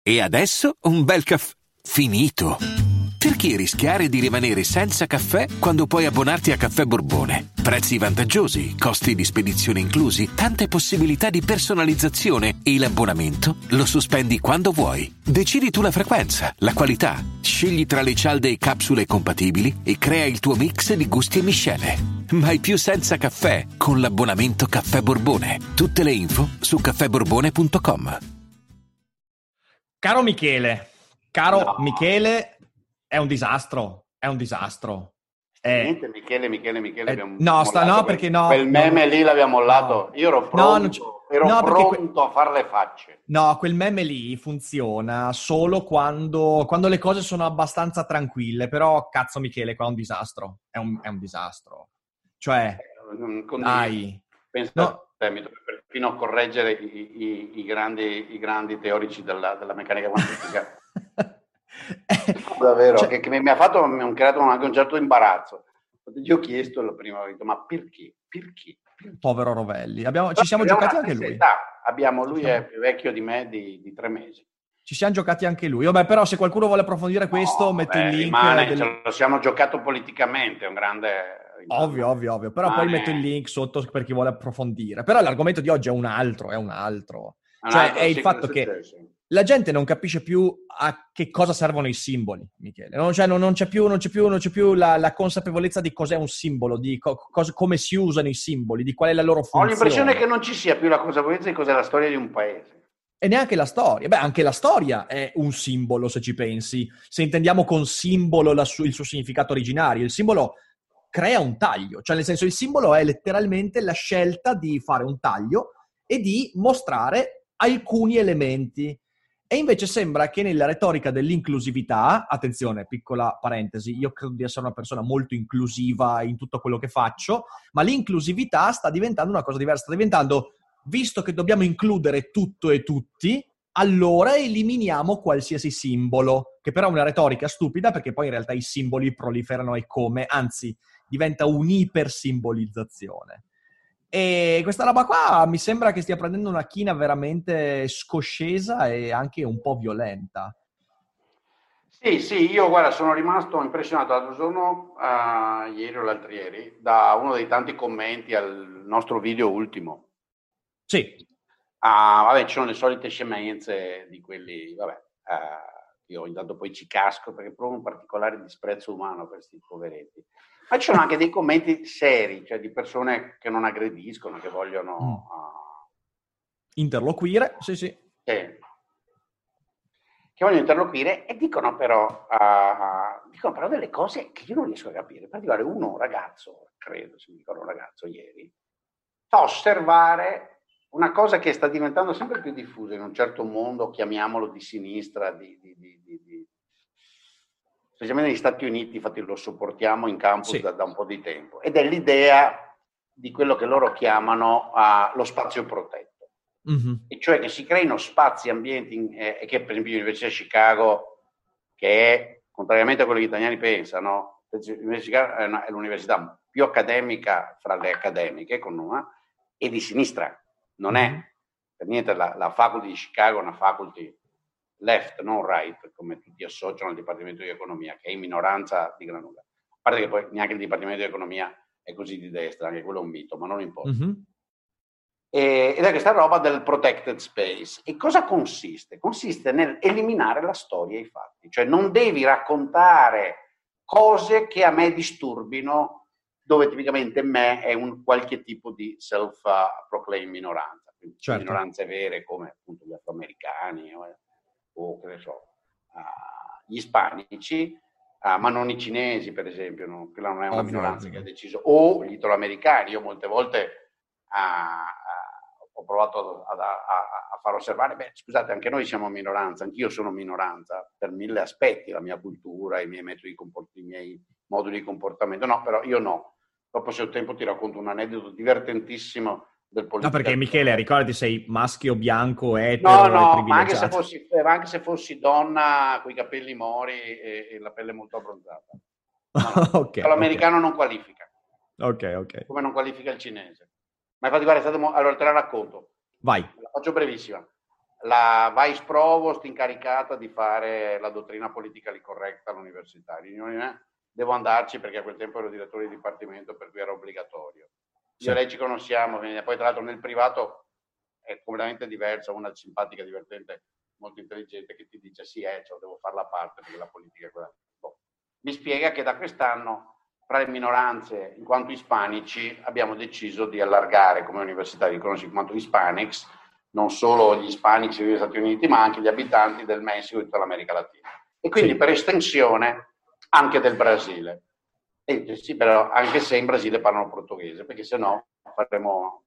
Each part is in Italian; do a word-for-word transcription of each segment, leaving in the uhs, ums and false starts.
E adesso un bel caffè finito. Perché rischiare di rimanere senza caffè quando puoi abbonarti a Caffè Borbone? Prezzi vantaggiosi, costi di spedizione inclusi, tante possibilità di personalizzazione e l'abbonamento lo sospendi quando vuoi. Decidi tu la frequenza, la qualità, scegli tra le cialde e capsule compatibili e crea il tuo mix di gusti e miscele. Mai più senza caffè con l'abbonamento Caffè Borbone. Tutte le info su caffè borbone punto com. Caro Michele, caro No. Michele, è un disastro, è un disastro. È... Niente, Michele, Michele, Michele. Eh, abbiamo no, sta, no, quel, perché no. Quel meme no, lì l'abbiamo mollato. no. Io ero No, pronto, non c- ero no, perché pronto que- a fare le facce. No, quel meme lì funziona solo quando, quando le cose sono abbastanza tranquille, però cazzo Michele, qua è un disastro, è un, è un disastro. Cioè, Eh, con- dai. Pensa No. a te, mi tocca perfino correggere i, i, i, grandi, i grandi teorici della, della meccanica quantistica. Davvero, Cioè- che, che mi ha fatto, mi ha creato anche un certo imbarazzo. Gli ho chiesto la prima volta, ma perché? Perché? Perché? Povero Rovelli. Abbiamo, ci siamo Abbiamo giocati la anche stessa lui. età. Abbiamo, lui Ci siamo- è più vecchio di me di, di tre mesi. Ci siamo giocati anche lui. Vabbè, però se qualcuno vuole approfondire questo, No, metto beh, il link. rimane, del- ce lo siamo giocato politicamente, è un grande... Ovvio, ovvio, ovvio. Però poi Rimane- metto il link sotto per chi vuole approfondire. Però l'argomento di oggi è un altro, è un altro. un Cioè, altro è il sì, fatto cosa è che successo? la gente non capisce più a che cosa servono i simboli, Michele. Non, cioè, non, non c'è più, non c'è più, non c'è più la, la consapevolezza di cos'è un simbolo, di co- cos- come si usano i simboli, di qual è la loro Ho funzione. l'impressione che non ci sia più la consapevolezza di cos'è la storia di un paese. E neanche la storia. Beh, anche la storia è un simbolo, se ci pensi. Se intendiamo con simbolo la su- il suo significato originario. Il simbolo crea un taglio. Cioè, nel senso, il simbolo è letteralmente la scelta di fare un taglio e di mostrare alcuni elementi. E invece sembra che nella retorica dell'inclusività, attenzione, piccola parentesi, io credo di essere una persona molto inclusiva in tutto quello che faccio, ma l'inclusività sta diventando una cosa diversa, sta diventando, visto che dobbiamo includere tutto e tutti, allora eliminiamo qualsiasi simbolo, che però è una retorica stupida perché poi in realtà i simboli proliferano e come, anzi diventa un'ipersimbolizzazione. E questa roba qua mi sembra che stia prendendo una china veramente scoscesa e anche un po' violenta. Sì, sì, io guarda, sono rimasto impressionato l'altro giorno, uh, ieri o l'altro ieri, da uno dei tanti commenti al nostro video ultimo. Sì. Ah, vabbè, ci sono le solite scemenze di quelli, vabbè, uh, io intanto poi ci casco perché provo un particolare disprezzo umano per questi poveretti. Ma ci sono anche dei commenti seri, cioè di persone che non aggrediscono, che vogliono... Mm. Uh, Interloquire, sì, sì. Che, che vogliono interloquire e dicono però, uh, dicono però delle cose che io non riesco a capire. In particolare uno, un ragazzo, credo, se mi ricordo un ragazzo ieri, fa osservare una cosa che sta diventando sempre più diffusa in un certo mondo, chiamiamolo di sinistra, di... di, di, di, di specialmente negli Stati Uniti, infatti lo sopportiamo in campus Sì. da, da un po' di tempo, ed è l'idea di quello che loro chiamano uh, lo spazio protetto, mm-hmm. e cioè che si creino spazi, ambienti, in, eh, e che per esempio l'Università di Chicago, che è, contrariamente a quello che gli italiani pensano, l'Università di Chicago è, una, è l'università più accademica fra le accademiche, con una, e di sinistra, non mm-hmm. è per niente la, la faculty di Chicago, è una faculty left, non right, come tutti associano al Dipartimento di Economia, che è in minoranza di gran lunga. A parte che poi neanche il Dipartimento di Economia è così di destra, anche quello è un mito, ma non importa. Mm-hmm. E, ed è questa roba del protected space. E cosa consiste? Consiste nel eliminare la storia e i fatti. Cioè non devi raccontare cose che a me disturbino, dove tipicamente me è un qualche tipo di self-proclaimed minoranza. Quindi certo. Minoranze vere come appunto gli afroamericani, o che ne so, uh, gli ispanici, uh, ma non i cinesi, per esempio, no? Quella non è una ovvio, minoranza ovvio. Che ha deciso, o gli italoamericani. Io molte volte uh, uh, ho provato a, a, a far osservare, beh, scusate, anche noi siamo minoranza, anch'io sono minoranza per mille aspetti, la mia cultura, i miei metodi di comport- i miei moduli di comportamento, no, però io no. Dopo se ho tempo ti racconto un aneddoto divertentissimo. No, perché Michele, ricordati, sei maschio, bianco, etero no, e no, ma anche se privilegiato. fossi, ma anche se fossi donna con i capelli mori e, e la pelle molto abbronzata. No, no. Okay, l'americano okay. non qualifica. Ok, ok. Come non qualifica il cinese. Ma infatti, guarda, è stato mo- allora te la racconto. Vai. La faccio brevissima. la vice provost incaricata di fare la dottrina politically correct all'università. Devo andarci perché a quel tempo ero direttore di dipartimento, per cui era obbligatorio. Io e lei ci conosciamo, poi tra l'altro nel privato è completamente diversa, una simpatica, divertente, molto intelligente che ti dice sì, eh, cioè, devo fare la parte perché la politica è quella. Boh. Mi spiega che da quest'anno tra le minoranze in quanto ispanici abbiamo deciso di allargare come università di riconoscere in quanto hispanics non solo gli ispanici degli Stati Uniti ma anche gli abitanti del Messico e tutta l'America Latina e quindi sì. per estensione anche del Brasile. E sì, però anche se in Brasile parlano portoghese, perché se no faremo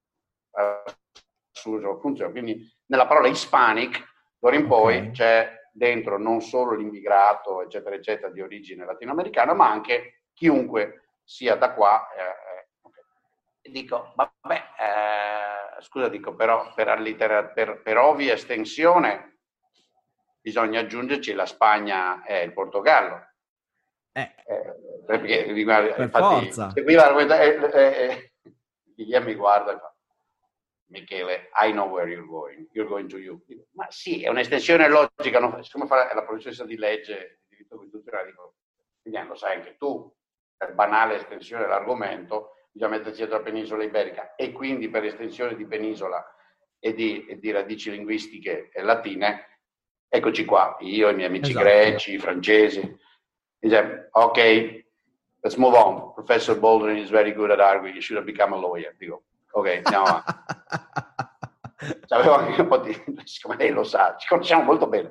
uh, funzione. Quindi nella parola hispanic, d'ora in poi okay. c'è dentro non solo l'immigrato, eccetera, eccetera, di origine latinoamericana, ma anche chiunque sia da qua. Eh, eh, okay. E dico, vabbè, eh, scusa, dico, però per, allittera- per, per ovvia estensione bisogna aggiungerci la Spagna e il Portogallo. Eh, eh, perché, riguarda, per infatti, forza. Guiglielmo eh, eh, mi guarda e fa, Michele, I know where you're going, you're going to you. Dico, ma sì, è un'estensione logica, no? Come fare la professoressa di legge, di diritto costituzionale, dico, lo sai anche tu, per banale estensione dell'argomento, bisogna metterci dietro la penisola iberica e quindi per estensione di penisola e di, e di radici linguistiche latine, eccoci qua, io e i miei amici esatto. greci, francesi. Dice, ok, let's move on. Professor Baldwin is very good at arguing. You should have become a lawyer. Dico, ok, andiamo avanti. C'avevo anche un po' di... Siccome lei lo sa, ci conosciamo molto bene.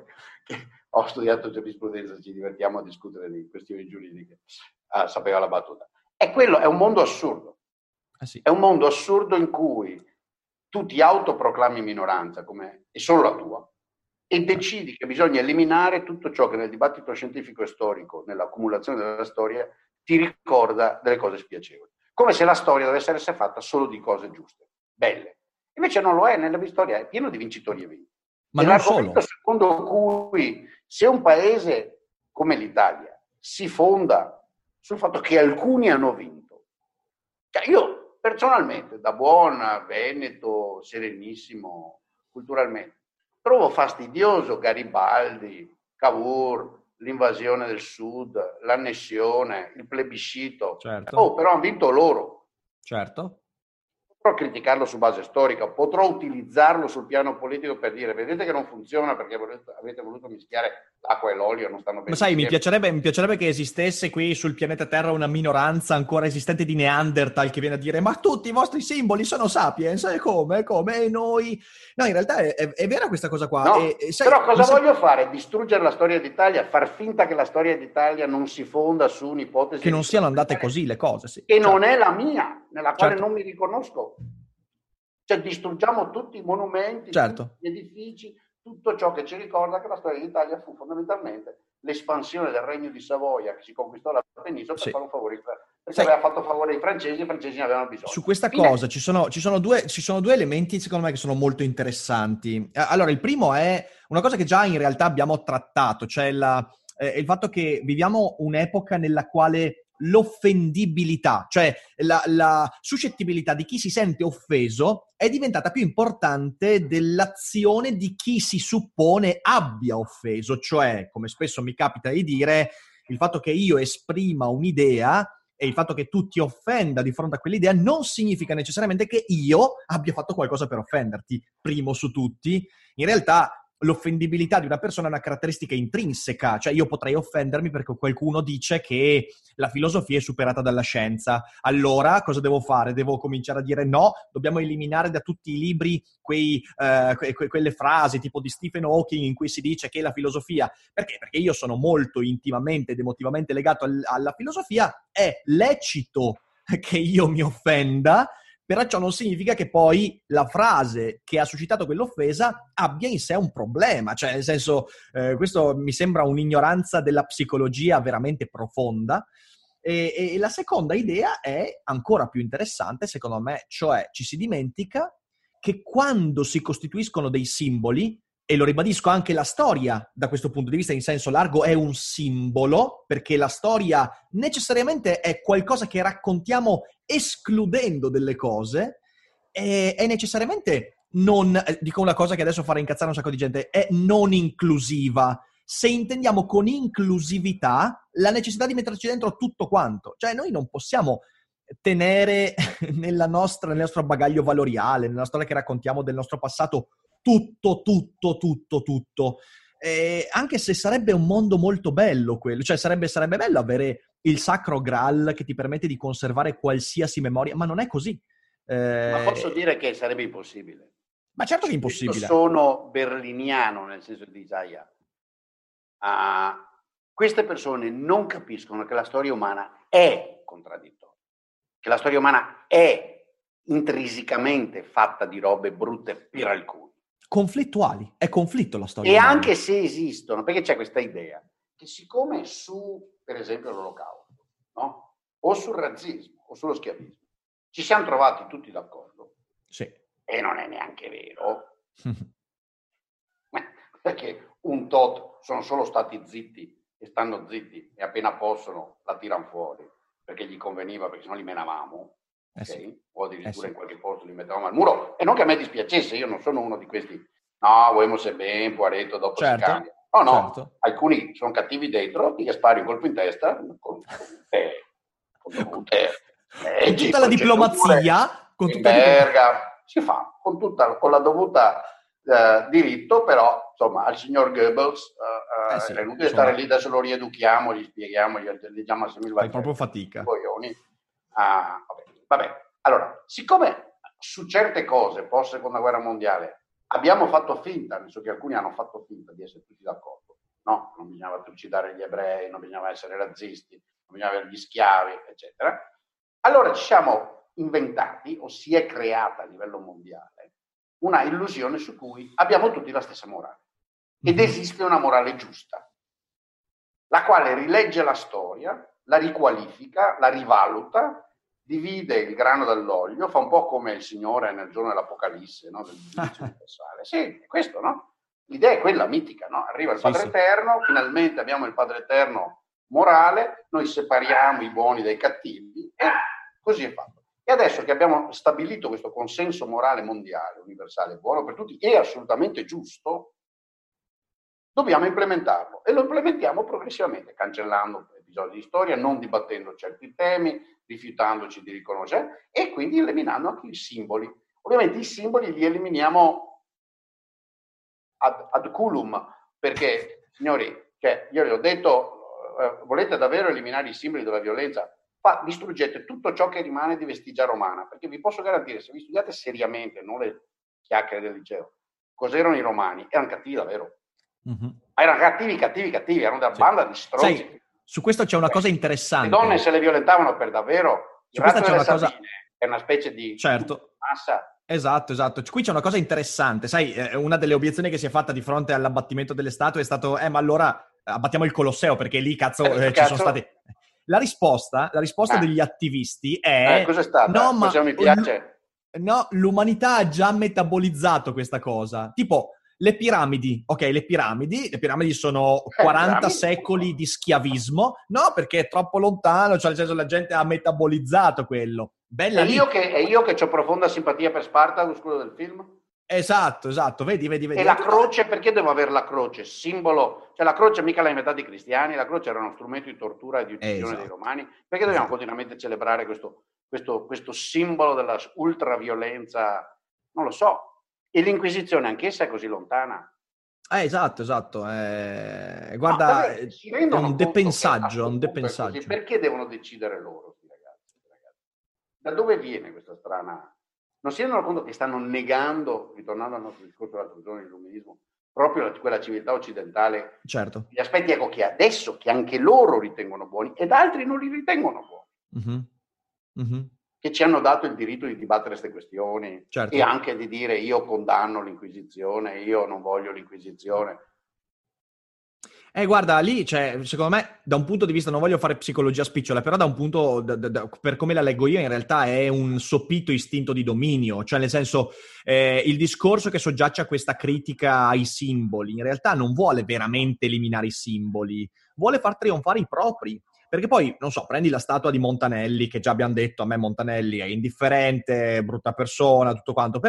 Ho studiato giurisprudenza, ci divertiamo a discutere di questioni giuridiche. Ah, sapeva la battuta. E quello è un mondo assurdo. Ah, sì. È un mondo assurdo in cui tu ti autoproclami minoranza, come è solo la tua, e decidi che bisogna eliminare tutto ciò che nel dibattito scientifico e storico, nell'accumulazione della storia, ti ricorda delle cose spiacevoli. Come se la storia dovesse essere fatta solo di cose giuste, belle. Invece non lo è, nella storia è pieno di vincitori e vinti. Ma non solo. Secondo cui se un paese come l'Italia si fonda sul fatto che alcuni hanno vinto, cioè io personalmente, da buon veneto, serenissimo, culturalmente, trovo fastidioso Garibaldi, Cavour, l'invasione del sud, l'annessione, il plebiscito. Certo. Oh, però hanno vinto loro. Certo. Potrò criticarlo su base storica, potrò utilizzarlo sul piano politico per dire, vedete che non funziona perché volete, avete voluto mischiare l'acqua e l'olio, non stanno bene. Ma sai, mi insieme. piacerebbe, mi piacerebbe che esistesse qui sul pianeta Terra una minoranza ancora esistente di Neanderthal che viene a dire ma tutti i vostri simboli sono sapiens, e come, come, e noi... No, in realtà è, è, è vera questa cosa qua. No, e, e sai, però cosa sa... voglio fare? Distruggere la storia d'Italia? Far finta che la storia d'Italia non si fonda su un'ipotesi... Che non siano andate così le cose, sì. Che certo. non è la mia, nella quale certo. non mi riconosco. Cioè distruggiamo tutti i monumenti, certo. tutti gli edifici, tutto ciò che ci ricorda che la storia d'Italia fu fondamentalmente l'espansione del regno di Savoia che si conquistò la penisola per sì. fare un favore, perché Sai, aveva fatto favore ai francesi e i francesi ne avevano bisogno. Su questa Fine. cosa ci sono, ci, sono due, ci sono due elementi secondo me che sono molto interessanti. Allora, il primo è una cosa che già in realtà abbiamo trattato, cioè la, eh, il fatto che viviamo un'epoca nella quale l'offendibilità, cioè la, la suscettibilità di chi si sente offeso è diventata più importante dell'azione di chi si suppone abbia offeso, cioè, come spesso mi capita di dire, il fatto che io esprima un'idea e il fatto che tu ti offenda di fronte a quell'idea non significa necessariamente che io abbia fatto qualcosa per offenderti, primo su tutti. In realtà l'offendibilità di una persona è una caratteristica intrinseca, cioè io potrei offendermi perché qualcuno dice che la filosofia è superata dalla scienza. Allora cosa devo fare? Devo cominciare a dire no, dobbiamo eliminare da tutti i libri quei, eh, que- quelle frasi tipo di Stephen Hawking in cui si dice che la filosofia, perché? Perché io sono molto intimamente ed emotivamente legato al- alla filosofia, è lecito che io mi offenda, però ciò non significa che poi la frase che ha suscitato quell'offesa abbia in sé un problema. Cioè, nel senso, eh, questo mi sembra un'ignoranza della psicologia veramente profonda. E, e la seconda idea è ancora più interessante, secondo me, cioè ci si dimentica che quando si costituiscono dei simboli, e lo ribadisco, anche la storia da questo punto di vista in senso largo è un simbolo, perché la storia necessariamente è qualcosa che raccontiamo escludendo delle cose, e è necessariamente non, eh, dico una cosa che adesso farà incazzare un sacco di gente, è non inclusiva. Se intendiamo con inclusività la necessità di metterci dentro tutto quanto. Cioè noi non possiamo tenere nella nostra, nel nostro bagaglio valoriale, nella storia che raccontiamo del nostro passato, tutto, tutto, tutto, tutto. Eh, anche se sarebbe un mondo molto bello quello, cioè sarebbe, sarebbe bello avere il sacro Graal che ti permette di conservare qualsiasi memoria, ma non è così. Eh... Ma posso dire che sarebbe impossibile. Ma certo che è impossibile. Io sono berliniano, nel senso di Isaiah. Uh, queste persone non capiscono che la storia umana è contraddittoria, che la storia umana è intrinsecamente fatta di robe brutte per alcuni. Conflittuali, è conflitto la storia e umana. Anche se esistono, perché c'è questa idea che siccome su, per esempio, l'Olocausto, no? O sul razzismo o sullo schiavismo ci siamo trovati tutti d'accordo, sì. E non è neanche vero, perché un tot sono solo stati zitti e stanno zitti e appena possono la tirano fuori perché gli conveniva, perché sennò li menavamo, eh okay? sì. O addirittura eh sì. in qualche posto li mettevamo al muro, e non che a me dispiacesse, io non sono uno di questi no, vogliamo se ben, Poiretto, dopo certo, si cambia. No, no, certo. Alcuni sono cattivi dentro, ti spari un colpo in testa con dovute, con dovute con tutta la diplomazia, con tutta in verga, si fa, con, tutta, con la dovuta uh, diritto, però insomma al signor Goebbels uh, eh sì, è inutile insomma, stare lì, adesso lo rieduchiamo, gli spieghiamo, gli diciamo a Semil fai proprio fatica. Ah, vabbè. vabbè, allora, siccome su certe cose, post seconda guerra mondiale, abbiamo fatto finta, nel senso che alcuni hanno fatto finta di essere tutti d'accordo, no? Non bisognava trucidare gli ebrei, non bisognava essere razzisti, non bisognava avere gli schiavi, eccetera. Allora ci siamo inventati, o si è creata a livello mondiale, una illusione su cui abbiamo tutti la stessa morale. Ed esiste una morale giusta, la quale rilegge la storia, la riqualifica, la rivaluta, divide il grano dall'olio, fa un po' come il Signore nel giorno dell'Apocalisse, no? Del giudizio universale. Sì, è questo, no? L'idea è quella mitica, no? Arriva il Padre sì, Eterno, sì. Finalmente abbiamo il Padre Eterno morale, noi separiamo i buoni dai cattivi e così è fatto. E adesso che abbiamo stabilito questo consenso morale mondiale, universale, buono per tutti e assolutamente giusto, dobbiamo implementarlo e lo implementiamo progressivamente, cancellando episodi di storia, non dibattendo certi temi, rifiutandoci di riconoscere e quindi eliminando anche i simboli. Ovviamente i simboli li eliminiamo ad, ad culum, perché, signori, cioè, io vi ho detto, eh, volete davvero eliminare i simboli della violenza? Fa, distruggete tutto ciò che rimane di vestigia romana, perché vi posso garantire, se vi studiate seriamente, non le chiacchiere del liceo, cos'erano i romani? Erano cattivi davvero. Mm-hmm. Erano cattivi, cattivi, cattivi, erano una sì. banda di stronzi. Sai, su questo c'è una cosa interessante. Le donne se le violentavano per davvero. Su questa c'è una cosa... è una specie di certo. massa. Esatto, esatto. Qui c'è una cosa interessante. Sai, eh, una delle obiezioni che si è fatta di fronte all'abbattimento delle statue è stato eh, ma allora abbattiamo il Colosseo perché lì, cazzo, eh, ci sono state... La risposta, la risposta ah. degli attivisti è... Eh, cos'è stata? No, ma... Cosa mi piace? L... No, l'umanità ha già metabolizzato questa cosa. Tipo... Le piramidi, ok, le piramidi, le piramidi sono quaranta eh, secoli di schiavismo, no, perché è troppo lontano, cioè nel senso la gente ha metabolizzato quello. Bella e io che, e io che ho profonda simpatia per Spartacus, quello del film. Esatto, esatto, vedi, vedi, vedi. E la croce, perché devo avere la croce? Simbolo, cioè la croce mica l'ha inventata i cristiani, la croce era uno strumento di tortura e di uccisione esatto. dei romani, perché dobbiamo esatto. continuamente celebrare questo, questo, questo simbolo della ultraviolenza, non lo so. E l'Inquisizione anch'essa è così lontana. Eh, esatto, esatto. Eh, guarda, no, si è un depensaggio, un depensaggio. Perché devono decidere loro, questi ragazzi, ragazzi? Da dove viene questa strana? Non si rendono conto che stanno negando, ritornando al nostro discorso l'altro giorno dell'illuminismo, proprio quella civiltà occidentale. Certo. Gli aspetti ecco che adesso, che anche loro ritengono buoni, ed altri non li ritengono buoni. Mm-hmm. Mm-hmm. Che ci hanno dato il diritto di dibattere queste questioni certo. e anche di dire io condanno l'Inquisizione, io non voglio l'Inquisizione. Eh, guarda, lì, cioè, secondo me, da un punto di vista, non voglio fare psicologia spicciola, però da un punto, da, da, per come la leggo io, in realtà è un soppito istinto di dominio, cioè nel senso, eh, il discorso che soggiace a questa critica ai simboli, in realtà non vuole veramente eliminare i simboli, vuole far trionfare i propri. Perché poi, non so, prendi la statua di Montanelli, che già abbiamo detto, a me Montanelli è indifferente, brutta persona, tutto quanto, però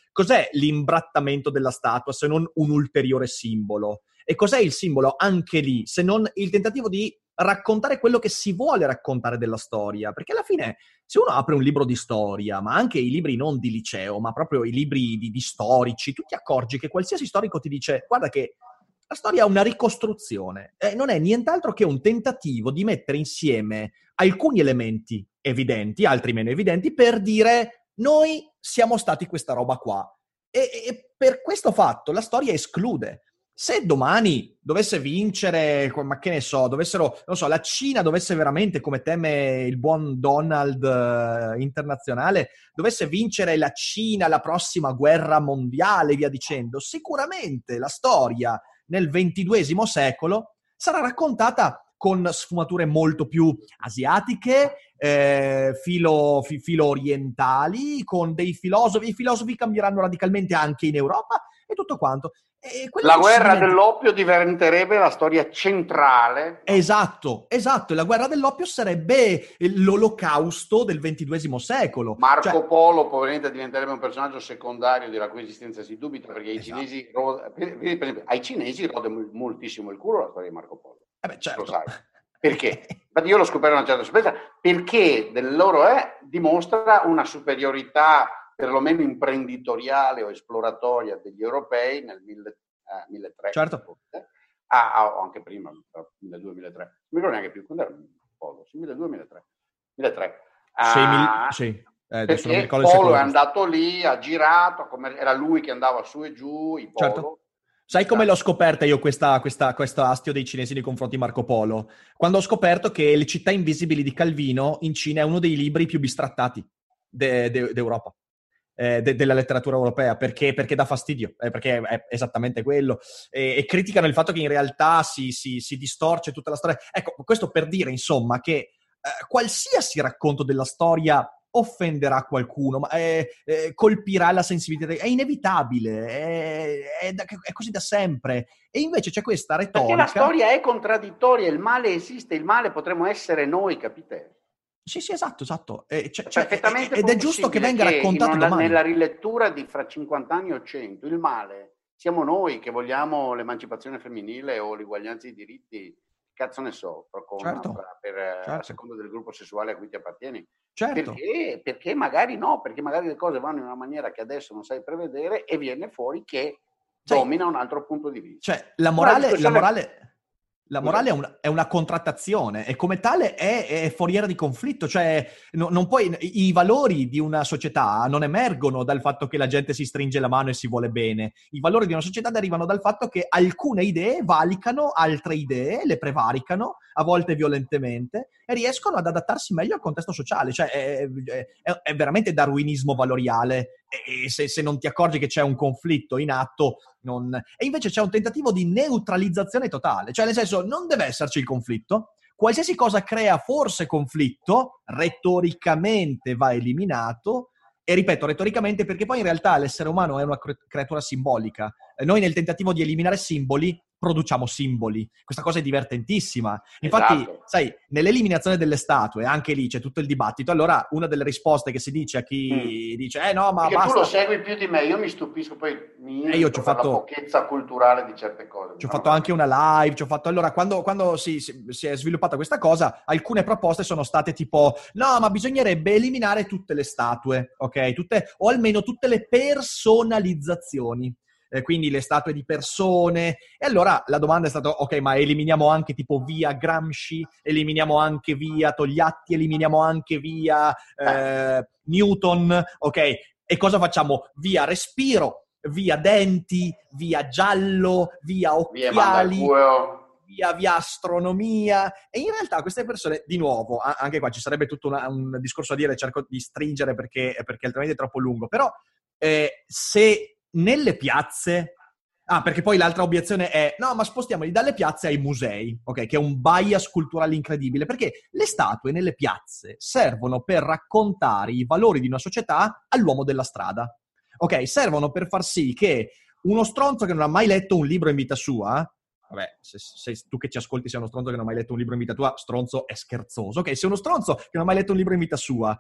cos'è l'imbrattamento della statua se non un ulteriore simbolo? E cos'è il simbolo anche lì, se non il tentativo di raccontare quello che si vuole raccontare della storia? Perché alla fine, se uno apre un libro di storia, ma anche i libri non di liceo, ma proprio i libri di, di storici, tu ti accorgi che qualsiasi storico ti dice, guarda che la storia è una ricostruzione, eh, non è nient'altro che un tentativo di mettere insieme alcuni elementi evidenti, altri meno evidenti, per dire noi siamo stati questa roba qua. E, e per questo fatto la storia esclude. Se domani dovesse vincere, ma che ne so, dovessero, non so, la Cina dovesse veramente, come teme il buon Donald eh, internazionale, dovesse vincere la Cina la prossima guerra mondiale, via dicendo, sicuramente la storia nel ventiduesimo secolo sarà raccontata con sfumature molto più asiatiche, eh, filo, fi, filo orientali, con dei filosofi. I filosofi cambieranno radicalmente anche in Europa e tutto quanto. E la guerra diventa... dell'oppio diventerebbe la storia centrale. Esatto, esatto. E la guerra dell'oppio sarebbe l'olocausto del ventiduesimo secolo. Marco cioè... Polo probabilmente diventerebbe un personaggio secondario della cui esistenza si dubita, perché esatto. ai cinesi, per esempio, ai cinesi rode moltissimo il culo la storia di Marco Polo. Eh beh, certo. Lo sai. Perché? Infatti io l'ho scoperto a una certa sorpresa, perché del loro è dimostra una superiorità perlomeno imprenditoriale o esploratoria degli europei nel milletrecento. Certo. Ah, ah, anche prima, milleduecento milletre. Non mi ricordo neanche più, quando era Polo? Sì, milleduecento milletre. milletre. Ah, sì, sì. Eh, perché Polo è andato lì, ha girato, come era lui che andava su e giù, i Polo. Certo. Sai come l'ho scoperta io questa, questa, questo astio dei cinesi nei confronti di Marco Polo? Quando ho scoperto che Le città invisibili di Calvino in Cina è uno dei libri più bistrattati de, de, d'Europa, eh, de, della letteratura europea, perché, perché dà fastidio, eh, perché è esattamente quello, e, e criticano il fatto che in realtà si, si, si distorce tutta la storia. Ecco, questo per dire, insomma, che eh, qualsiasi racconto della storia offenderà qualcuno, ma eh, eh, colpirà la sensibilità, è inevitabile, è, è, da, è così da sempre. E invece c'è questa retorica... Perché la storia è contraddittoria, il male esiste, il male potremmo essere noi, capite? Sì, sì, esatto, esatto. Eh, cioè, è perfettamente ed è giusto che venga raccontato che domani. Nella rilettura di fra cinquanta anni o cento, il male siamo noi che vogliamo l'emancipazione femminile o l'uguaglianza di diritti, cazzo ne so, per, certo, per, certo. a seconda del gruppo sessuale a cui ti appartieni. Certo. Perché? Perché magari no, perché magari le cose vanno in una maniera che adesso non sai prevedere e viene fuori che cioè, domina un altro punto di vista. Cioè, la morale, la morale, la morale è, una, è una contrattazione e come tale è, è foriera di conflitto. Cioè, no, non puoi, i valori di una società non emergono dal fatto che la gente si stringe la mano e si vuole bene. I valori di una società derivano dal fatto che alcune idee valicano altre idee, le prevaricano, a volte violentemente, e riescono ad adattarsi meglio al contesto sociale. Cioè, è, è, è veramente darwinismo valoriale. E se, se non ti accorgi che c'è un conflitto in atto, non... e invece c'è un tentativo di neutralizzazione totale. Cioè, nel senso, non deve esserci il conflitto. Qualsiasi cosa crea forse conflitto, retoricamente va eliminato. E ripeto, retoricamente, perché poi in realtà l'essere umano è una creatura simbolica. Noi nel tentativo di eliminare simboli produciamo simboli. Questa cosa è divertentissima. Infatti, esatto. Sai, nell'eliminazione delle statue, anche lì c'è tutto il dibattito. Allora, una delle risposte che si dice a chi mm. dice eh no, ma perché basta... tu lo segui più di me, io mi stupisco, poi mi e io ci ho fatto la pochezza culturale di certe cose. Ci ho fatto anche una live, ci ho fatto... Allora, quando, quando si, si, si è sviluppata questa cosa, alcune proposte sono state tipo no, ma bisognerebbe eliminare tutte le statue, ok? Tutte, o almeno tutte le personalizzazioni. Eh, quindi le statue di persone. E allora la domanda è stata, ok, ma eliminiamo anche tipo via Gramsci, eliminiamo anche via Togliatti, eliminiamo anche via eh, Newton, ok? E cosa facciamo? Via Respiro, via Denti, via Giallo, via Occhiali, via, via, via Astronomia. E in realtà queste persone, di nuovo, anche qua ci sarebbe tutto una, un discorso a dire, cerco di stringere perché, perché altrimenti è troppo lungo, però eh, se nelle piazze... Ah, perché poi l'altra obiezione è no, ma spostiamoli dalle piazze ai musei, ok? Che è un bias culturale incredibile, perché le statue nelle piazze servono per raccontare i valori di una società all'uomo della strada, ok? Servono per far sì che uno stronzo che non ha mai letto un libro in vita sua, vabbè, se, se tu che ci ascolti sei uno stronzo che non ha mai letto un libro in vita tua, stronzo è scherzoso, ok? Se uno stronzo che non ha mai letto un libro in vita sua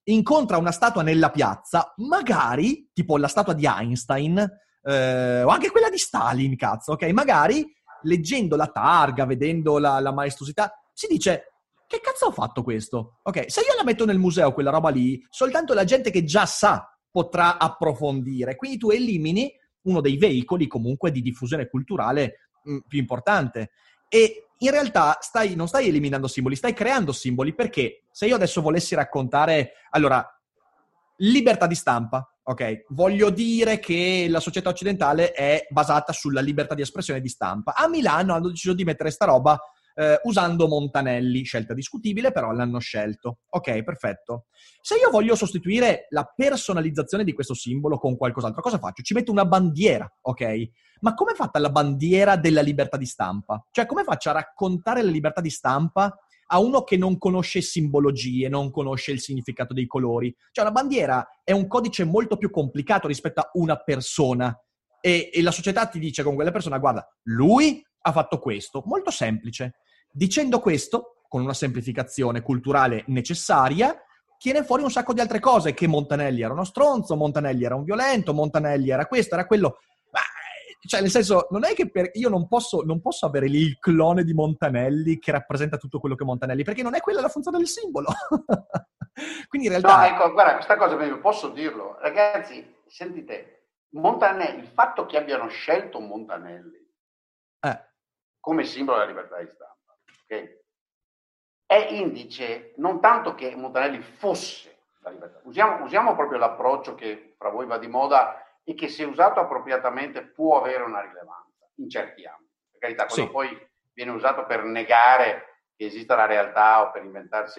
incontra una statua nella piazza, magari, tipo la statua di Einstein, eh, o anche quella di Stalin, cazzo, ok? Magari, leggendo la targa, vedendo la, la maestosità, si dice, che cazzo ho fatto questo? Ok, se io la metto nel museo, quella roba lì, soltanto la gente che già sa potrà approfondire. Quindi tu elimini uno dei veicoli comunque di diffusione culturale mh, più importante. E in realtà stai, non stai eliminando simboli, stai creando simboli, perché se io adesso volessi raccontare, allora, libertà di stampa, ok? Voglio dire che la società occidentale è basata sulla libertà di espressione e di stampa. A Milano hanno deciso di mettere sta roba eh, usando Montanelli, scelta discutibile, però l'hanno scelto. Ok, perfetto. Se io voglio sostituire la personalizzazione di questo simbolo con qualcos'altro, cosa faccio? Ci metto una bandiera, ok? Ma come è fatta la bandiera della libertà di stampa? Cioè, come faccio a raccontare la libertà di stampa a uno che non conosce simbologie, non conosce il significato dei colori? Cioè, una bandiera è un codice molto più complicato rispetto a una persona. E, e la società ti dice con quella persona, guarda, lui ha fatto questo. Molto semplice. Dicendo questo, con una semplificazione culturale necessaria, tiene fuori un sacco di altre cose, che Montanelli era uno stronzo, Montanelli era un violento, Montanelli era questo, era quello. Ma, cioè, nel senso, non è che per, io non posso, non posso avere lì il clone di Montanelli che rappresenta tutto quello che è Montanelli, perché non è quella la funzione del simbolo. Quindi in realtà... No, ecco, guarda, questa cosa posso dirlo. Ragazzi, sentite, Montanelli, il fatto che abbiano scelto Montanelli eh. come simbolo della libertà di stampa, okay? È indice non tanto che Montanelli fosse la libertà, usiamo, usiamo proprio l'approccio che fra voi va di moda e che se usato appropriatamente può avere una rilevanza in certi ambiti. Per carità, quando sì. Poi viene usato per negare che esista la realtà o per inventarsi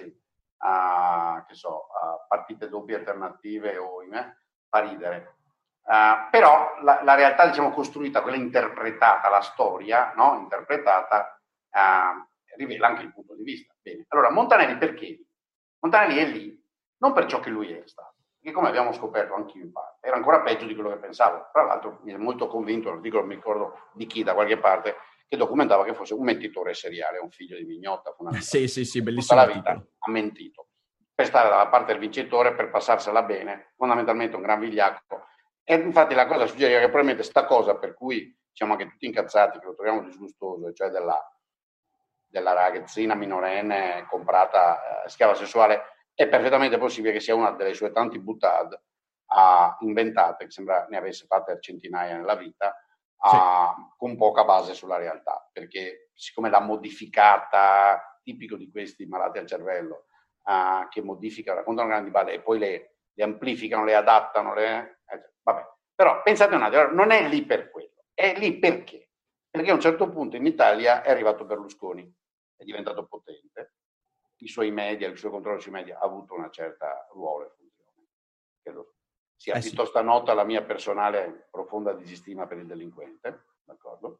uh, che so, uh, partite doppie alternative o eh, fa ridere. Uh, però la, la realtà, diciamo, costruita, quella interpretata, la storia, no? Interpretata, uh, rivela anche il punto di vista. Bene. Allora, Montanelli perché? Montanelli è lì non per ciò che lui è stato, perché come abbiamo scoperto anche io in parte, era ancora peggio di quello che pensavo. Tra l'altro mi è molto convinto, l'articolo mi ricordo di chi, da qualche parte, che documentava che fosse un mentitore seriale, un figlio di mignotta, sì, sì, sì, bellissimo. Tutta la vita titolo. Ha mentito, per stare dalla parte del vincitore, per passarsela bene, fondamentalmente un gran vigliacco. E infatti la cosa suggeriva che probabilmente sta cosa per cui siamo anche tutti incazzati, che lo troviamo disgustoso, cioè della, della ragazzina minorenne comprata eh, schiava sessuale, è perfettamente possibile che sia una delle sue tanti buttad uh, inventate, che sembra ne avesse fatte centinaia nella vita, uh, sì. Con poca base sulla realtà, perché siccome l'ha modificata, tipico di questi malati al cervello, uh, che modificano, raccontano grandi balle e poi le, le amplificano, le adattano, le... Eh, vabbè. Però pensate un attimo, non è lì per quello, è lì perché? Perché a un certo punto in Italia è arrivato Berlusconi, è diventato potente, i suoi media, il suo controllo sui media ha avuto una certa ruolo e funzione. Credo sia eh sì. piuttosto nota la mia personale profonda disistima per il delinquente, d'accordo?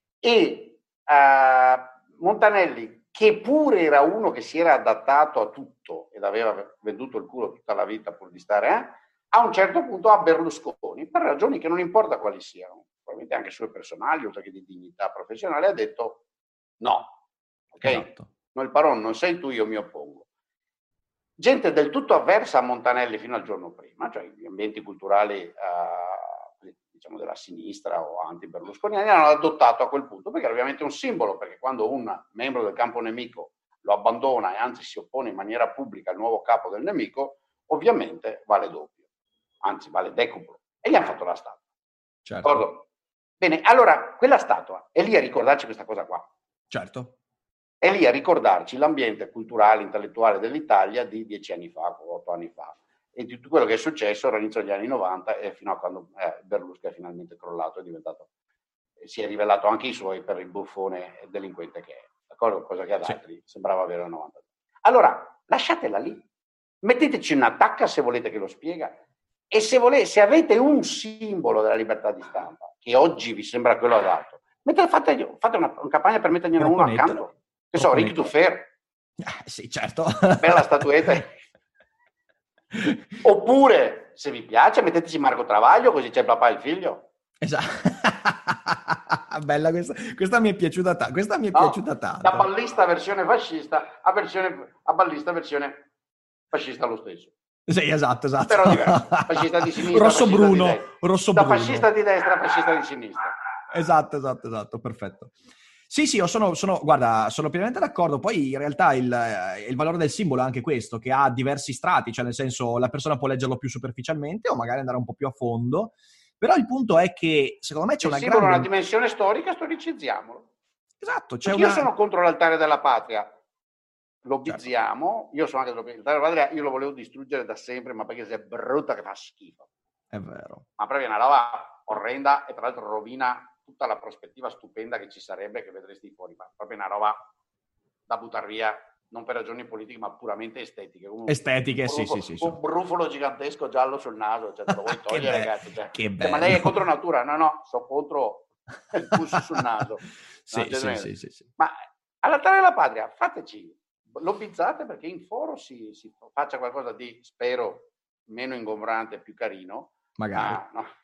E uh, Montanelli, che pure era uno che si era adattato a tutto ed aveva venduto il culo tutta la vita pur di stare, eh, a un certo punto a Berlusconi, per ragioni che non importa quali siano, probabilmente anche sue personali, oltre che di dignità professionale, ha detto no, ok? Esatto. No, il Paron non sei tu, io mi oppongo. Gente del tutto avversa a Montanelli fino al giorno prima, cioè gli ambienti culturali eh, diciamo della sinistra o anti-berlusconiani hanno adottato a quel punto, perché era ovviamente un simbolo, perché quando un membro del campo nemico lo abbandona e anzi si oppone in maniera pubblica al nuovo capo del nemico, ovviamente vale doppio, anzi vale decuplo, e gli hanno fatto la statua. Certo. Bene, allora quella statua è lì a ricordarci questa cosa qua. Certo. È lì a ricordarci l'ambiente culturale, intellettuale dell'Italia di dieci anni fa, otto anni fa, e di tutto quello che è successo all'inizio degli anni novanta e fino a quando eh, Berlusconi è finalmente crollato, è diventato, eh, si è rivelato anche i suoi per il buffone delinquente che è, d'accordo? Cosa che ad altri sì. sembrava avere al novanta. Allora, lasciatela lì, metteteci una tacca se volete che lo spiega, e se, volete, se avete un simbolo della libertà di stampa, che oggi vi sembra quello adatto, mettete, fate, fate una, una campagna per mettergliene uno accanto. Che so, Ricky Duffer. Ah, sì, certo. Bella statuetta. Oppure, se vi piace, metteteci Marco Travaglio, così c'è il papà e il figlio. Esatto. Bella questa. Questa mi è piaciuta tanto. Questa mi è no, piaciuta tanto. Da ballista versione fascista a, versione, a ballista versione fascista lo stesso. Sì, esatto, esatto. Però diverso. Fascista di sinistra, rosso-bruno, di rosso-bruno. Da fascista di destra a fascista di sinistra. Esatto, esatto, esatto, perfetto. Sì, sì, io sono, sono, guarda, sono pienamente d'accordo. Poi in realtà il, il valore del simbolo è anche questo, che ha diversi strati, cioè nel senso la persona può leggerlo più superficialmente o magari andare un po' più a fondo, però il punto è che secondo me c'è il una simbolo grande... ha una dimensione storica, storicizziamolo. Esatto, c'è Perché una... io sono contro l'altare della patria, lo bizziamo, certo. io sono anche l'altare della patria, io lo volevo distruggere da sempre, ma perché è brutta che fa schifo. È vero. Ma proprio è una roba orrenda e tra l'altro rovina tutta la prospettiva stupenda che ci sarebbe, che vedresti fuori, ma proprio una roba da buttare via, non per ragioni politiche, ma puramente estetiche. Un, Estetiche, un sì, brufolo, sì, sì. Un brufolo gigantesco giallo sul naso, cioè te lo vuoi togliere, be- ragazzi? Cioè, che bello. Ma lei è contro natura? No, no, sono contro il pus sul naso. sì, no, sì, sì, sì, sì. Ma all'altare della patria, fateci, lobbizzate perché in foro si, si faccia qualcosa di, spero, meno ingombrante, più carino. Magari. Ma, no.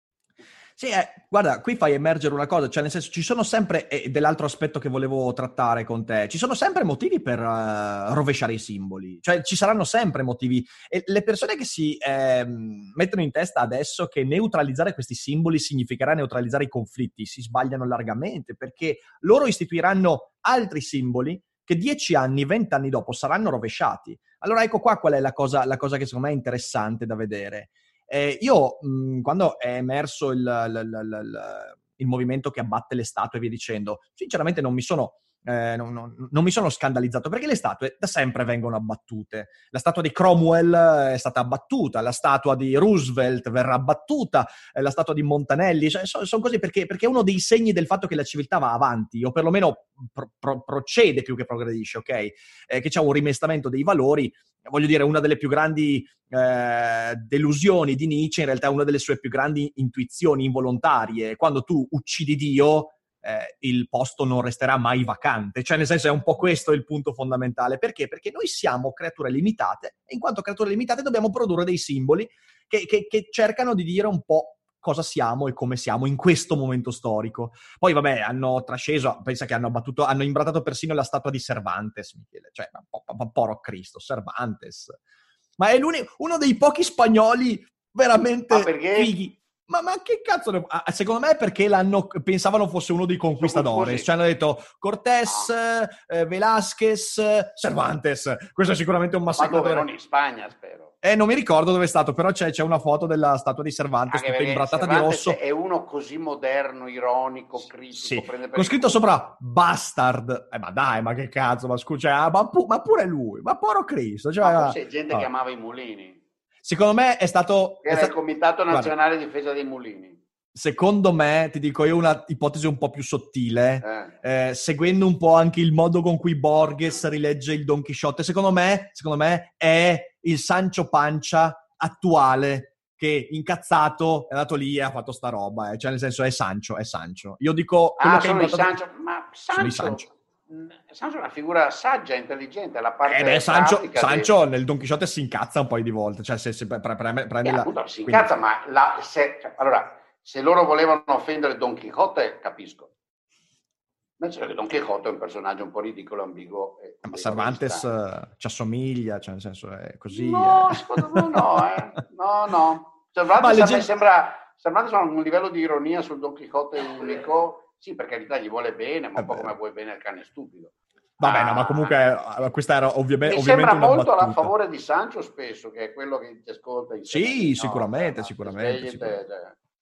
Sì, eh, guarda, qui fai emergere una cosa, cioè nel senso ci sono sempre, e dell'altro aspetto che volevo trattare con te, ci sono sempre motivi per uh, rovesciare i simboli, cioè ci saranno sempre motivi. E le persone che si eh, mettono in testa adesso che neutralizzare questi simboli significherà neutralizzare i conflitti, si sbagliano largamente, perché loro istituiranno altri simboli che dieci anni, venti anni dopo saranno rovesciati. Allora ecco qua qual è la cosa, la cosa che secondo me è interessante da vedere. Eh, io, mh, quando è emerso il, il, il, il movimento che abbatte le statue e via dicendo, sinceramente non mi sono... Eh, non, non, non mi sono scandalizzato perché le statue da sempre vengono abbattute. La statua di Cromwell è stata abbattuta, la statua di Roosevelt verrà abbattuta, eh, la statua di Montanelli, cioè, sono, sono così perché, perché è uno dei segni del fatto che la civiltà va avanti o perlomeno pro, pro, procede più che progredisce, ok? Eh, che c'è un rimestamento dei valori. Voglio dire, una delle più grandi eh, delusioni di Nietzsche, in realtà è una delle sue più grandi intuizioni involontarie. Quando tu uccidi Dio, eh, il posto non resterà mai vacante. Cioè, nel senso, è un po' questo il punto fondamentale. Perché? Perché noi siamo creature limitate e in quanto creature limitate dobbiamo produrre dei simboli che, che, che cercano di dire un po' cosa siamo e come siamo in questo momento storico. Poi, vabbè, hanno trasceso, pensa che hanno abbattuto, hanno imbrattato persino la statua di Cervantes, Michele. Cioè, ma poro Cristo, Cervantes. Ma è uno dei pochi spagnoli veramente ah, fighi. Ma, ma che cazzo ne... ah, secondo me è perché l'hanno, pensavano fosse uno dei conquistadores. Cioè hanno detto Cortés, ah. eh, Velázquez, Cervantes. Questo è sicuramente un massacratore. Ma dove? Non in Spagna, spero. Eh, non mi ricordo dove è stato, però c'è, c'è una foto della statua di Cervantes tutta imbrattata di rosso. È uno così moderno, ironico, critico. Sì, con scritto sopra Bastard. Eh, ma dai, ma che cazzo, ma scusa, ma, pu- ma pure lui, ma poro Cristo. Cioè, ma forse è gente ah. che amava i mulini. Secondo me è stato... Era è stato, il Comitato Nazionale guarda, Difesa dei Mulini. Secondo me, ti dico io una ipotesi un po' più sottile, eh. Eh, seguendo un po' anche il modo con cui Borges rilegge il Don Chisciotte, secondo me, secondo me è il Sancho Pancia attuale che incazzato è andato lì e ha fatto sta roba, eh. Cioè nel senso è Sancho, è Sancho. Io dico... Ah, sono i Sancho, ma Sancho... Sancho. Sancho è una figura saggia, intelligente, la parte eh beh, Sancho, pratica Sancho di... nel Don Chisciotte si incazza un po' di volte, cioè se, se pre- pre- prende eh, la... appunto, si incazza, quindi... ma la, se, cioè, allora, se loro volevano offendere Don Chisciotte, capisco. Invece che Don Chisciotte è un personaggio un po' ridicolo, ambiguo. E ma Cervantes uh, ci assomiglia, cioè nel senso è così... No, eh. secondo me no, eh. No, no. Cervantes legge... a me sembra... Cervantes ha un livello di ironia sul Don Chisciotte unico... Sì, per carità gli vuole bene, ma è un po' come vuoi bene il cane stupido. Vabbè, no, ma comunque questa era ovviamente, mi ovviamente sembra una molto battuta. A favore di Sancho spesso, che è quello che ti ascolta insieme. Sì, no, sicuramente, no, sicuramente, sicuramente. sicuramente.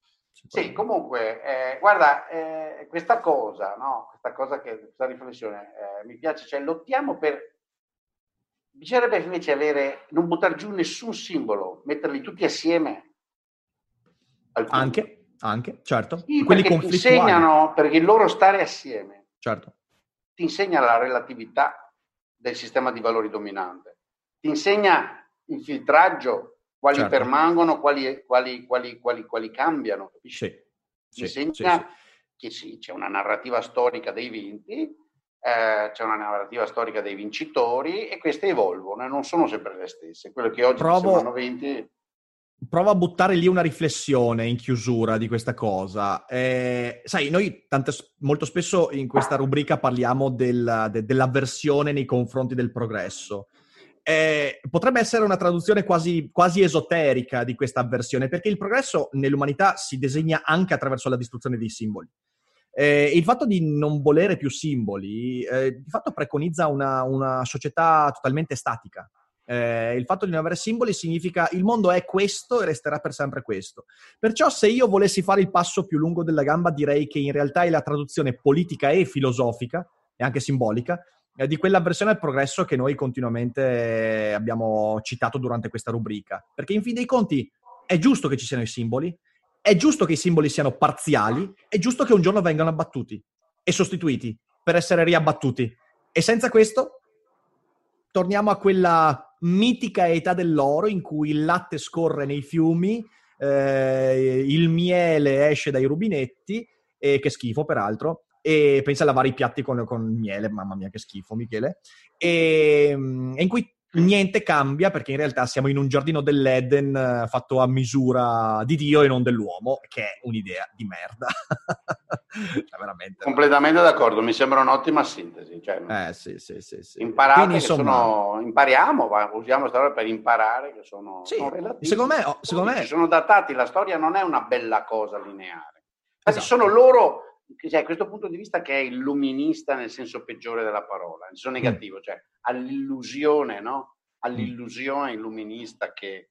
Sì, comunque, eh, guarda, eh, questa cosa, no? Questa cosa che, questa riflessione eh, mi piace, cioè lottiamo per... Bisognerebbe invece avere, non buttare giù nessun simbolo, metterli tutti assieme. Alcuni. Anche, anche, certo. Sì, quelli perché ti insegnano, perché il loro stare assieme. Certo. Ti insegna la relatività del sistema di valori dominante, ti insegna il filtraggio, quali certo. permangono, quali, quali, quali, quali, quali cambiano, capisci? Sì. Ti insegna sì, sì. che sì, c'è una narrativa storica dei vinti, eh, c'è una narrativa storica dei vincitori e queste evolvono e non sono sempre le stesse. Quello che oggi Provo... sembrano vinti... Provo a buttare lì una riflessione in chiusura di questa cosa. Eh, sai, noi tante, molto spesso in questa rubrica parliamo del, de, dell'avversione nei confronti del progresso. eh, potrebbe essere una traduzione quasi, quasi esoterica di questa avversione, perché il progresso nell'umanità si disegna anche attraverso la distruzione dei simboli. Eh, il fatto di non volere più simboli, eh, di fatto preconizza una, una società totalmente statica. Eh, il fatto di non avere simboli significa il mondo è questo e resterà per sempre questo. Perciò se io volessi fare il passo più lungo della gamba, direi che in realtà è la traduzione politica e filosofica, e anche simbolica, eh, di quell'avversione al progresso che noi continuamente abbiamo citato durante questa rubrica. Perché in fin dei conti è giusto che ci siano i simboli, è giusto che i simboli siano parziali, è giusto che un giorno vengano abbattuti e sostituiti per essere riabbattuti. E senza questo torniamo a quella mitica età dell'oro in cui il latte scorre nei fiumi, eh, il miele esce dai rubinetti, e che schifo peraltro, e pensa a lavare i piatti con, con miele, mamma mia che schifo Michele, e, e in cui niente cambia, perché in realtà siamo in un giardino dell'Eden uh, fatto a misura di Dio e non dell'uomo, che è un'idea di merda. Cioè, veramente. Completamente d'accordo, mi sembra un'ottima sintesi. Cioè, eh, sì, sì, sì, sì. Imparate, Quindi, insomma, sono, impariamo, va, usiamo questa storia per imparare, che sono, sì, sono relativi. Secondo me, oh, secondo me... Ci sono datati, la storia non è una bella cosa lineare. Infatti Esatto. sono loro... Cioè, questo punto di vista che è illuminista nel senso peggiore della parola, nel senso negativo, mm. cioè all'illusione, no? All'illusione mm. illuminista che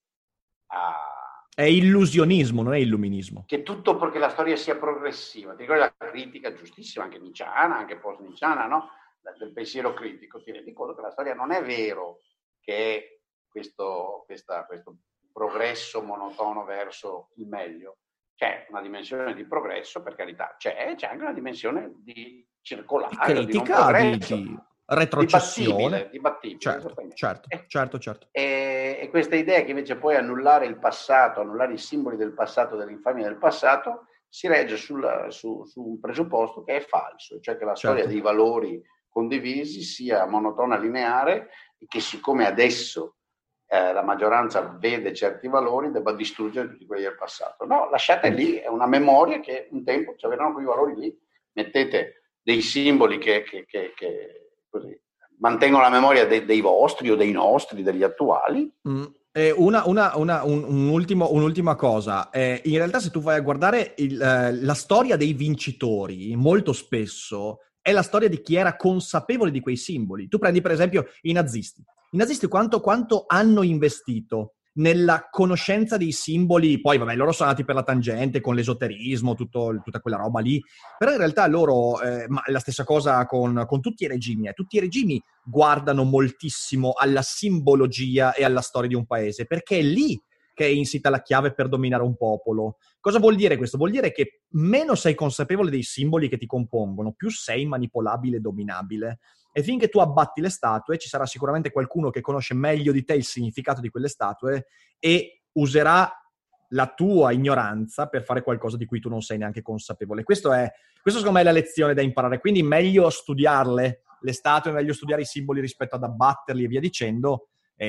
ha... È illusionismo, non è illuminismo. Che tutto perché la storia sia progressiva. Ti ricordi la critica giustissima, anche nicciana, anche post-nicciana, no? Del pensiero critico. Ti rendi conto che la storia non è vero che è questo, questa, questo progresso monotono verso il meglio. C'è una dimensione di progresso, per carità, c'è, c'è anche una dimensione di circolare, di critica, di, di retrocessione. Dibattibile, dibattibile, certo, certo, eh, certo, certo. E, e questa idea che invece puoi annullare il passato, annullare i simboli del passato, dell'infamia del passato, si regge sul, su, su un presupposto che è falso, cioè che la storia certo. dei valori condivisi sia monotona, lineare, e che siccome adesso Eh, la maggioranza vede certi valori, debba distruggere tutti quelli del passato. No, lasciate lì, è una memoria che un tempo ci avevano quei valori lì, mettete dei simboli che, che, che, che così, mantengono la memoria de, dei vostri o dei nostri, degli attuali. Mm. Eh, una, una, una, un, un ultimo, un'ultima cosa, eh, in realtà se tu vai a guardare il, eh, la storia dei vincitori, molto spesso è la storia di chi era consapevole di quei simboli. Tu prendi per esempio i nazisti. I nazisti quanto, quanto hanno investito nella conoscenza dei simboli, poi vabbè loro sono andati per la tangente con l'esoterismo, tutto, tutta quella roba lì, però in realtà loro, eh, ma la stessa cosa con, con tutti i regimi, eh, tutti i regimi guardano moltissimo alla simbologia e alla storia di un paese, perché è lì che è insita la chiave per dominare un popolo. Cosa vuol dire questo? Vuol dire che meno sei consapevole dei simboli che ti compongono, più sei manipolabile e dominabile. E finché tu abbatti le statue, ci sarà sicuramente qualcuno che conosce meglio di te il significato di quelle statue e userà la tua ignoranza per fare qualcosa di cui tu non sei neanche consapevole. Questo è, questo secondo me è la lezione da imparare. Quindi meglio studiarle, le statue, meglio studiare i simboli rispetto ad abbatterli e via dicendo.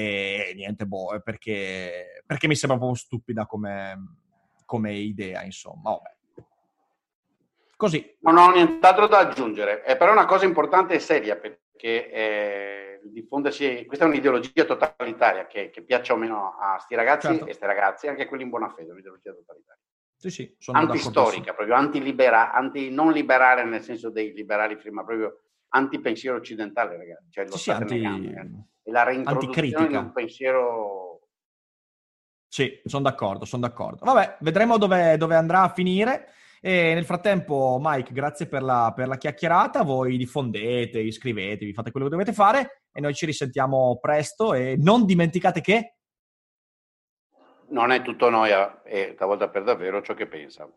E niente, boh, perché, perché mi sembra proprio stupida come, come idea, insomma. Vabbè. Così. Non ho nient'altro da aggiungere, è però una cosa importante e seria, perché eh, diffondersi, questa è un'ideologia totalitaria che, che piaccia o meno a sti ragazzi certo. e sti ragazzi, anche quelli in buona fede, un'ideologia totalitaria. Sì, sì, sono antistorica, proprio antilibera, anti, non liberale nel senso dei liberali prima, proprio antipensiero occidentale, ragazzi. Cioè, lo sì, sì, anti... negando, e la reintroduzione di un pensiero... Sì, sono d'accordo, sono d'accordo. Vabbè, vedremo dove, dove andrà a finire. E nel frattempo, Mike, grazie per la, per la chiacchierata. Voi diffondete, iscrivetevi, fate quello che dovete fare e noi ci risentiamo presto. E non dimenticate che... non è tutto noia, è stavolta per davvero ciò che pensa.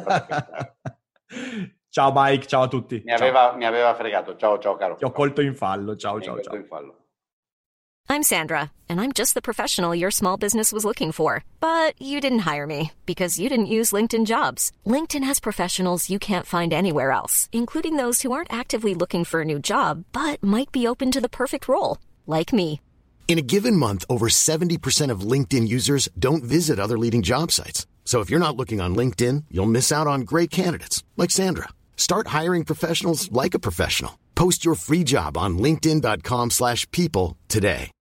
Ciao Mike, ciao a tutti. Mi aveva, mi aveva fregato. Ciao, ciao caro. Ti ho colto in fallo. Ciao, ciao, ciao. In fallo. I'm Sandra, and I'm just the professional your small business was looking for. But you didn't hire me because you didn't use LinkedIn Jobs. LinkedIn has professionals you can't find anywhere else, including those who aren't actively looking for a new job, but might be open to the perfect role, like me. In a given month, over seventy percent of LinkedIn users don't visit other leading job sites. So if you're not looking on LinkedIn, you'll miss out on great candidates like Sandra. Start hiring professionals like a professional. Post your free job on linkedin dot com slash people today.